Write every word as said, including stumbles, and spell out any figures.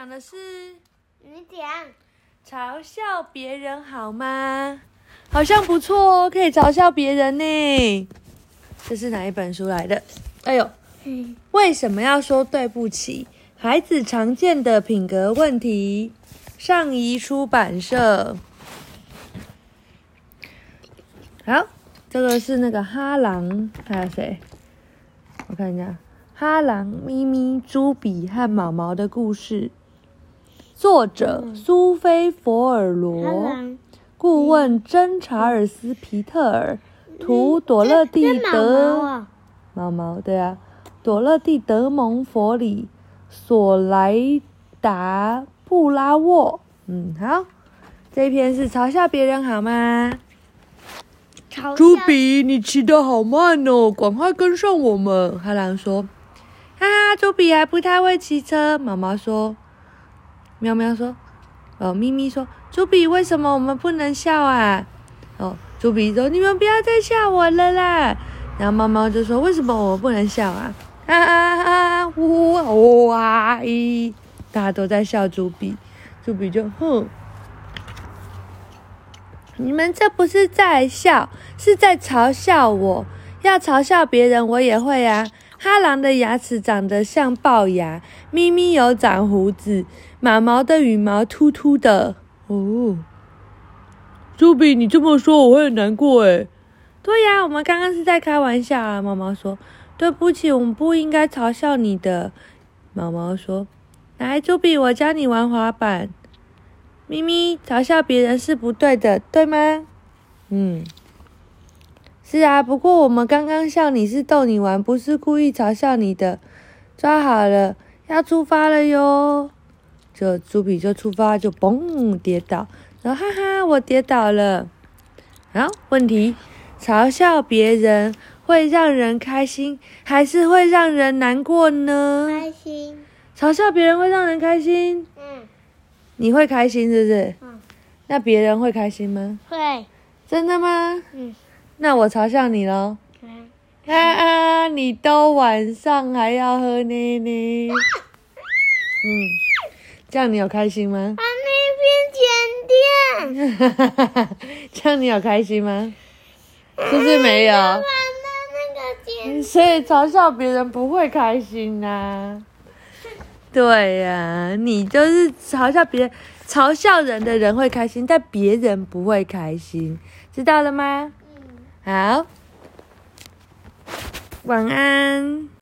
讲的是， 你讲， 嘲笑别人好吗？好像不错哦，可以嘲笑别人呢。这是哪一本书来的？哎呦， 嗯， 为什么要说对不起？孩子常见的品格问题，上仪出版社。好，这个是那个哈狼，还有谁？我看一下，哈狼、咪咪、朱比和毛毛的故事。作者、 嗯、 苏菲·佛尔罗，顾问真查尔斯·皮特尔，图朵勒蒂德毛毛，对啊，朵勒蒂德蒙佛里，索莱达布拉沃。嗯，好，这一篇是嘲笑别人好吗？朱比，你骑得好慢哦，赶快跟上我们。哈狼说：“哈哈，朱比还不太会骑车。”毛毛说：“喵喵说，哦，咪咪说，朱比，为什么我们不能笑啊？”哦，朱比说：“你们不要再笑我了啦。”然后猫猫就说：“为什么我们不能笑啊？”哈哈哈，呜呜啊咦，大家都在笑朱比，朱比就哼。你们这不是在笑，是在嘲笑我。要嘲笑别人，我也会啊。哈狼的牙齿长得像龅牙，咪咪有长胡子，毛毛的羽毛秃秃的。哦，朱比，你这么说我会很难过诶。对呀，我们刚刚是在开玩笑啊。毛毛说：“对不起，我们不应该嘲笑你的。”毛毛说：“来，朱比，我教你玩滑板。”咪咪，嘲笑别人是不对的，对吗？嗯，是啊，不过我们刚刚笑你是逗你玩，不是故意嘲笑你的。抓好了，要出发了哟！就朱比就出发，就嘣跌倒，然后哈哈，我跌倒了。好，问题，嘲笑别人会让人开心，还是会让人难过呢？ 开心。 嘲笑别人会让人开心。 嗯。你会开心是不是？ 嗯。 那别人会开心吗？ 会。 真的吗？ 嗯。 那我嘲笑你咯。 嗯。 啊啊！你都晚上还要喝奶奶。嗯，这样你有開心嗎？ 把那邊剪掉。 哈哈哈！這樣你有開心嗎？是不是沒有？ 把那個剪。 所以嘲笑別人不會開心啊。對呀、啊，你就是嘲笑別人，嘲笑人的人會開心，但別人不會開心，知道了嗎？ 嗯。 好，晚安。